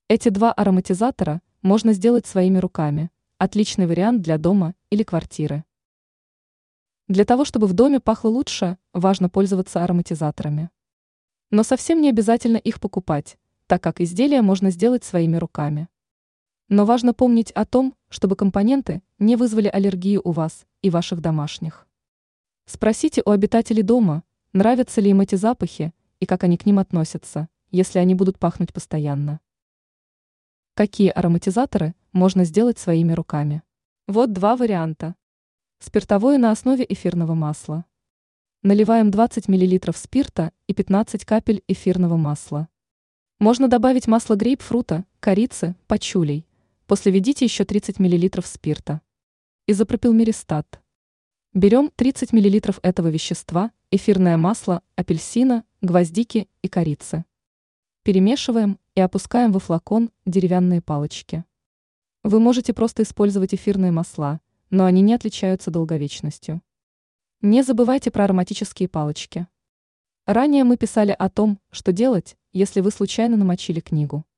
Эти два ароматизатора можно сделать своими руками. Отличный вариант для дома или квартиры. Для того, чтобы в доме пахло лучше, важно пользоваться ароматизаторами. Но совсем не обязательно их покупать, так как изделия можно сделать своими руками. Но важно помнить о том, чтобы компоненты не вызвали аллергию у вас и ваших домашних. Спросите у обитателей дома, нравятся ли им эти запахи и как они к ним относятся, если они будут пахнуть постоянно. Какие ароматизаторы можно сделать своими руками? Вот два варианта. Спиртовое на основе эфирного масла. Наливаем 20 мл спирта и 15 капель эфирного масла. Можно добавить масло грейпфрута, корицы, пачулей. После введите еще 30 мл спирта. Изопропилмеристат. Берем 30 мл этого вещества, эфирное масло, апельсина, гвоздики и корицы. Перемешиваем и опускаем во флакон деревянные палочки. Вы можете просто использовать эфирные масла, но они не отличаются долговечностью. Не забывайте про ароматические палочки. Ранее мы писали о том, что делать, если вы случайно намочили книгу.